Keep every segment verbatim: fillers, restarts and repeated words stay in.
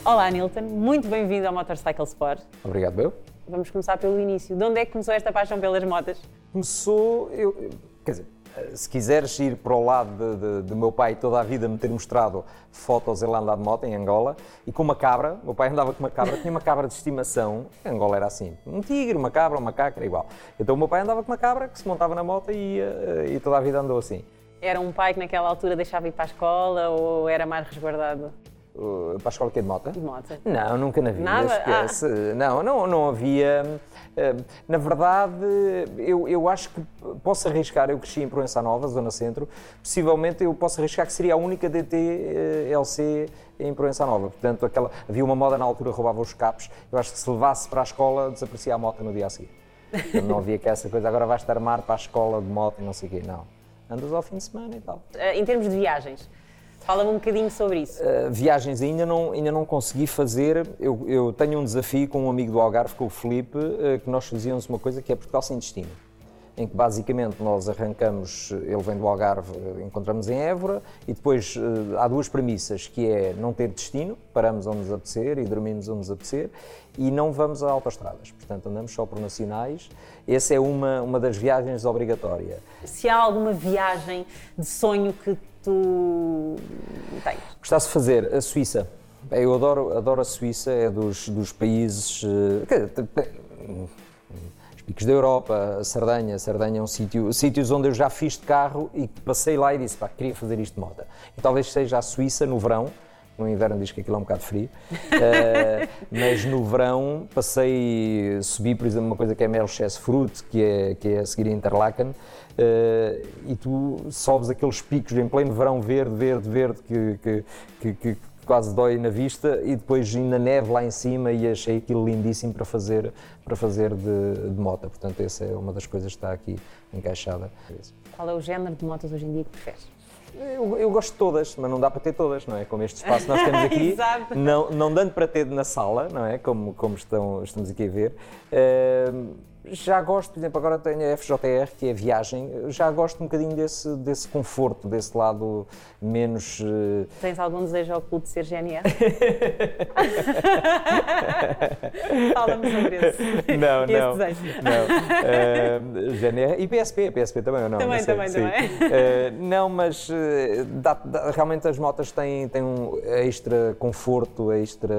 Olá, Nilton. Muito bem-vindo ao Motorcycle Sport. Obrigado, eu. Vamos começar pelo início. De onde é que começou esta paixão pelas motas? Começou, eu, quer dizer, se quiseres ir para o lado de, de, de meu pai toda a vida me ter mostrado fotos ele a andar de moto em Angola e com uma cabra, meu pai andava com uma cabra, tinha uma cabra de estimação, em Angola era assim, um tigre, uma cabra, um macaco, era igual. Então o meu pai andava com uma cabra que se montava na moto e, e toda a vida andou assim. Era um pai que naquela altura deixava ir para a escola ou era mais resguardado? Uh, para a escola que é de moto? De moto? Não, nunca na vida, Nada? esquece. Ah. Não, não, não havia. Uh, na verdade, eu, eu acho que posso arriscar, eu cresci em Proença Nova, zona centro, possivelmente eu posso arriscar que seria a única D T uh, L C em Proença Nova. Portanto, aquela, havia uma moda na altura, roubava os capos, eu acho que se levasse para a escola, desaparecia a moto no dia a seguir. Então, não havia que essa coisa, agora vais-te armar para a escola de moto e não sei o quê, não. Andas ao fim de semana e tal. Uh, em termos de viagens, fala-me um bocadinho sobre isso. Uh, viagens ainda não, ainda não consegui fazer. Eu, eu tenho um desafio com um amigo do Algarve, com o Filipe, uh, que nós fazíamos uma coisa que é Portugal sem destino. Em que basicamente nós arrancamos, ele vem do Algarve, encontramos em Évora e depois uh, há duas premissas, que é não ter destino, paramos onde nos apetecer e dormimos onde nos apetecer e não vamos a autoestradas, portanto andamos só por nacionais. Essa é uma, uma das viagens obrigatória. Se há alguma viagem de sonho que tu tens? Gostasse de fazer a Suíça. Eu adoro, adoro a Suíça, é dos, dos países... Uh, Picos da Europa, a Sardenha, a Sardenha é um sítio, sítios onde eu já fiz de carro e passei lá e disse, pá, queria fazer isto de moto. E talvez seja a Suíça no verão, no inverno diz que aquilo é um bocado frio, uh, mas no verão passei, subi por exemplo uma coisa que é Melchese Fruit, que é, que é a seguir a Interlaken, uh, e tu sobes aqueles picos em pleno verão verde, verde, verde, que, que, que, que quase dói na vista e depois ainda neve lá em cima e achei aquilo lindíssimo para fazer, para fazer de, de moto. Portanto, essa é uma das coisas que está aqui encaixada. Qual é o género de motos hoje em dia que preferes? Eu, eu gosto de todas, mas não dá para ter todas, não é? Como este espaço que nós temos aqui, não, não dando para ter na sala, não é? Como, como estão, estamos aqui a ver. Uh, Já gosto, por exemplo, agora tenho a F J R, que é viagem, já gosto um bocadinho desse, desse conforto, desse lado menos... Uh... Tens algum desejo oculto de ser G N R? Fala-me sobre esse, não, esse não, desejo. Não, uh, G N R e P S P, P S P também ou não? Também, não sei, também, sim. também. Uh, não, mas uh, dá, dá, realmente as motas têm, têm um extra conforto, extra...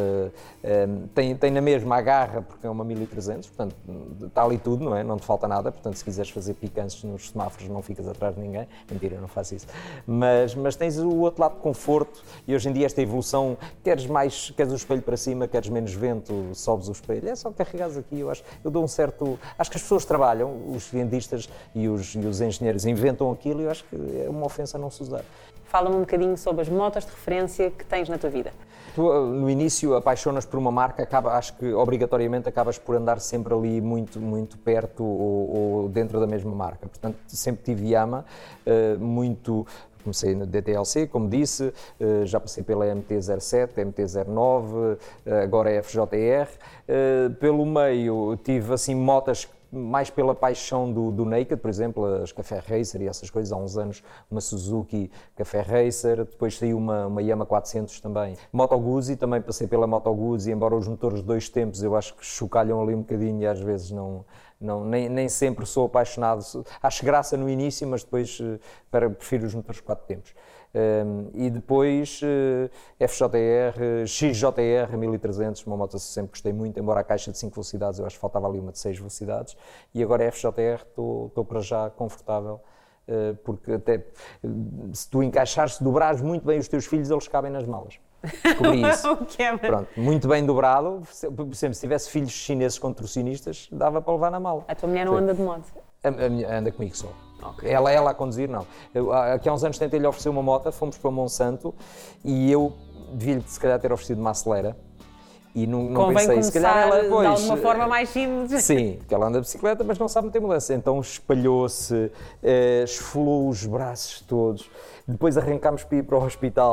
Uh, tem, tem na mesma a garra, porque é uma mil e trezentos, portanto está ali tudo, não é? Não te falta nada, portanto se quiseres fazer picantes nos semáforos não ficas atrás de ninguém, mentira, eu não faço isso, mas, mas tens o outro lado de conforto e hoje em dia esta evolução, queres mais, queres o espelho para cima, queres menos vento, sobes o espelho, é só carregares aqui, eu acho, eu dou um certo, acho que as pessoas trabalham, os cientistas e os, e os engenheiros inventam aquilo e eu acho que é uma ofensa não se usar. Fala-me um bocadinho sobre as motas de referência que tens na tua vida. Tu, no início, apaixonas por uma marca, acaba, acho que obrigatoriamente acabas por andar sempre ali muito, muito perto ou, ou dentro da mesma marca. Portanto, sempre tive Yamaha, muito... Comecei na D T L C, como disse, já passei pela M T zero sete, M T zero nove, agora é F J R. Pelo meio tive assim motas mais pela paixão do, do Naked, por exemplo, as Café Racer e essas coisas, há uns anos uma Suzuki Café Racer, depois saiu uma, uma Yamaha quatrocentos também. Moto Guzzi, também passei pela Moto Guzzi, embora os motores de dois tempos eu acho que chocalham ali um bocadinho e às vezes não, não, nem, nem sempre sou apaixonado, acho graça no início, mas depois para, prefiro os motores de quatro tempos. Um, e depois uh, F J R, X J R mil e trezentos, uma moto que sempre gostei muito, embora a caixa de cinco velocidades eu acho que faltava ali uma de seis velocidades, e agora a F J R estou para já confortável, uh, porque até uh, se tu encaixares, se dobrares muito bem os teus filhos, eles cabem nas malas. Descobri isso. Pronto, muito bem dobrado, por exemplo, se tivesse filhos chineses contorcionistas, dava para levar na mala. A tua mulher não anda de moto? A, a minha, anda comigo só. Okay. Ela, ela a conduzir, não. Eu, aqui há uns anos tentei-lhe oferecer uma moto, fomos para Monsanto e eu devia-lhe se calhar ter oferecido uma Acelera e não, não pensei, se calhar ela pois, de alguma forma mais simples. Sim, porque ela anda de bicicleta mas não sabe meter mudança, então espalhou-se, eh, esfolou os braços todos, depois arrancámos para ir para o hospital.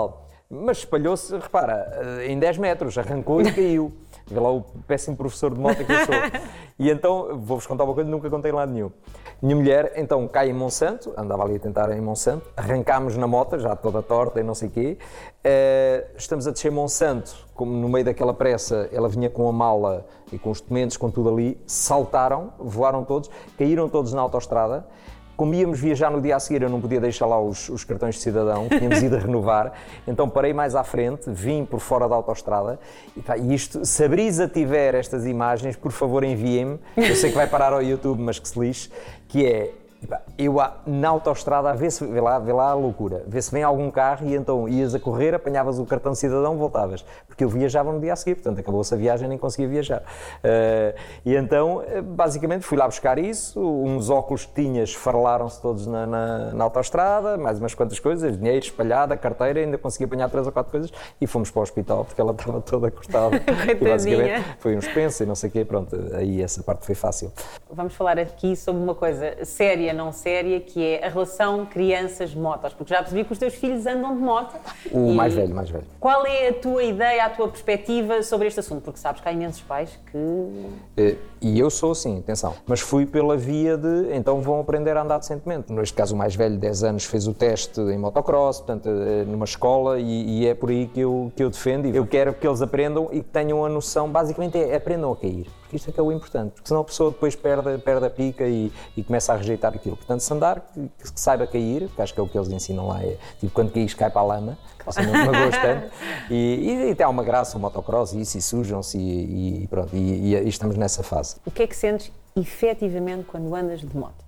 Mas espalhou-se, repara, em dez metros, arrancou e caiu. Vê lá o péssimo professor de moto que eu sou. E então, vou-vos contar uma coisa que nunca contei em lado nenhum. Minha mulher, então, cai em Monsanto, andava ali a tentar em Monsanto, arrancámos na moto, já toda torta e não sei o quê. Uh, estamos a descer Monsanto, como no meio daquela pressa, ela vinha com a mala e com os documentos, com tudo ali, saltaram, voaram todos, caíram todos na autoestrada. Como íamos viajar no dia a seguir, eu não podia deixar lá os, os cartões de cidadão, tínhamos ido a renovar, então parei mais à frente, vim por fora da autoestrada e, pá, e isto, se a Brisa tiver estas imagens, por favor enviem-me, eu sei que vai parar ao YouTube, mas que se lixe, que é, pá, eu na autoestrada, a ver se, vê lá, vê lá a loucura, vê se vem algum carro e então ias a correr, apanhavas o cartão de cidadão, voltavas, porque eu viajava no dia a seguir, portanto acabou-se a viagem, nem conseguia viajar. Uh, e então, basicamente, fui lá buscar isso, uns óculos que tinha esfarelaram-se todos na, na, na autoestrada, mais umas quantas coisas, dinheiro espalhado, a carteira, ainda consegui apanhar três ou quatro coisas e fomos para o hospital, porque ela estava toda cortada. E basicamente foi uns pensos e não sei o quê, pronto, aí essa parte foi fácil. Vamos falar aqui sobre uma coisa séria, não séria, que é a relação crianças-motos, porque já percebi que os teus filhos andam de moto. O mais velho, mais velho. Qual é a tua ideia, a tua perspectiva sobre este assunto? Porque sabes que há imensos pais que... E eu sou assim, atenção, mas fui pela via de, então vão aprender a andar decentemente. Neste caso o mais velho, dez anos, fez o teste em motocross, portanto, numa escola, e, e é por aí que eu, que eu defendo. Eu quero que eles aprendam e que tenham a noção, basicamente é aprendam a cair, porque isto é que é o importante, porque senão a pessoa depois perde, perde a pica e, e começa a rejeitar aquilo. Portanto, se andar, que, que saiba cair, que acho que é o que eles ensinam lá, é tipo quando caís cai para a lama, assim não me gostando, e, e até há uma graça o motocross e isso, e sujam-se e, e pronto, e, e, e estamos nessa fase. O que é que sentes efetivamente quando andas de moto?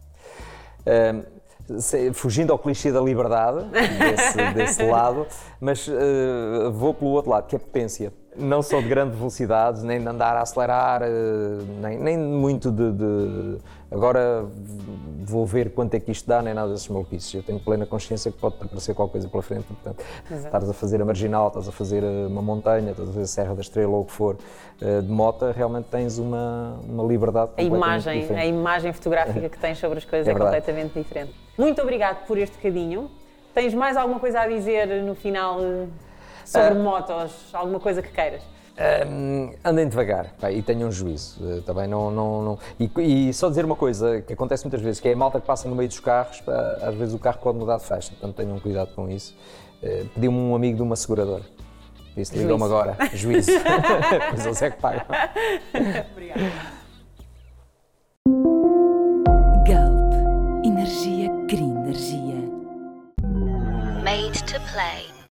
Um, se, fugindo ao clichê da liberdade, desse, desse lado, mas uh, vou pelo outro lado, que é potência. Não sou de grande velocidade, nem de andar a acelerar, nem, nem muito de, de... Agora vou ver quanto é que isto dá, nem nada desses maluquices. Eu tenho plena consciência que pode aparecer qualquer coisa pela frente, portanto, Exato. Estás a fazer a marginal, estás a fazer uma montanha, estás a fazer a Serra da Estrela ou o que for, de moto, realmente tens uma, uma liberdade a imagem, diferente. A imagem fotográfica que tens sobre as coisas é, é completamente diferente. Muito obrigado por este bocadinho. Tens mais alguma coisa a dizer no final sobre uh, motos? Alguma coisa que queiras? Um, andem devagar, pá, e tenham juízo, uh, também não, não, não... E, e só dizer uma coisa que acontece muitas vezes, que é a malta que passa no meio dos carros, pá, às vezes o carro pode mudar de faixa, portanto tenham cuidado com isso. Uh, Pedi-me um amigo de uma seguradora, disse, ligam-me agora, juízo, pois eles é que pagam. Obrigada. Galp, energia, green energia. Made to play.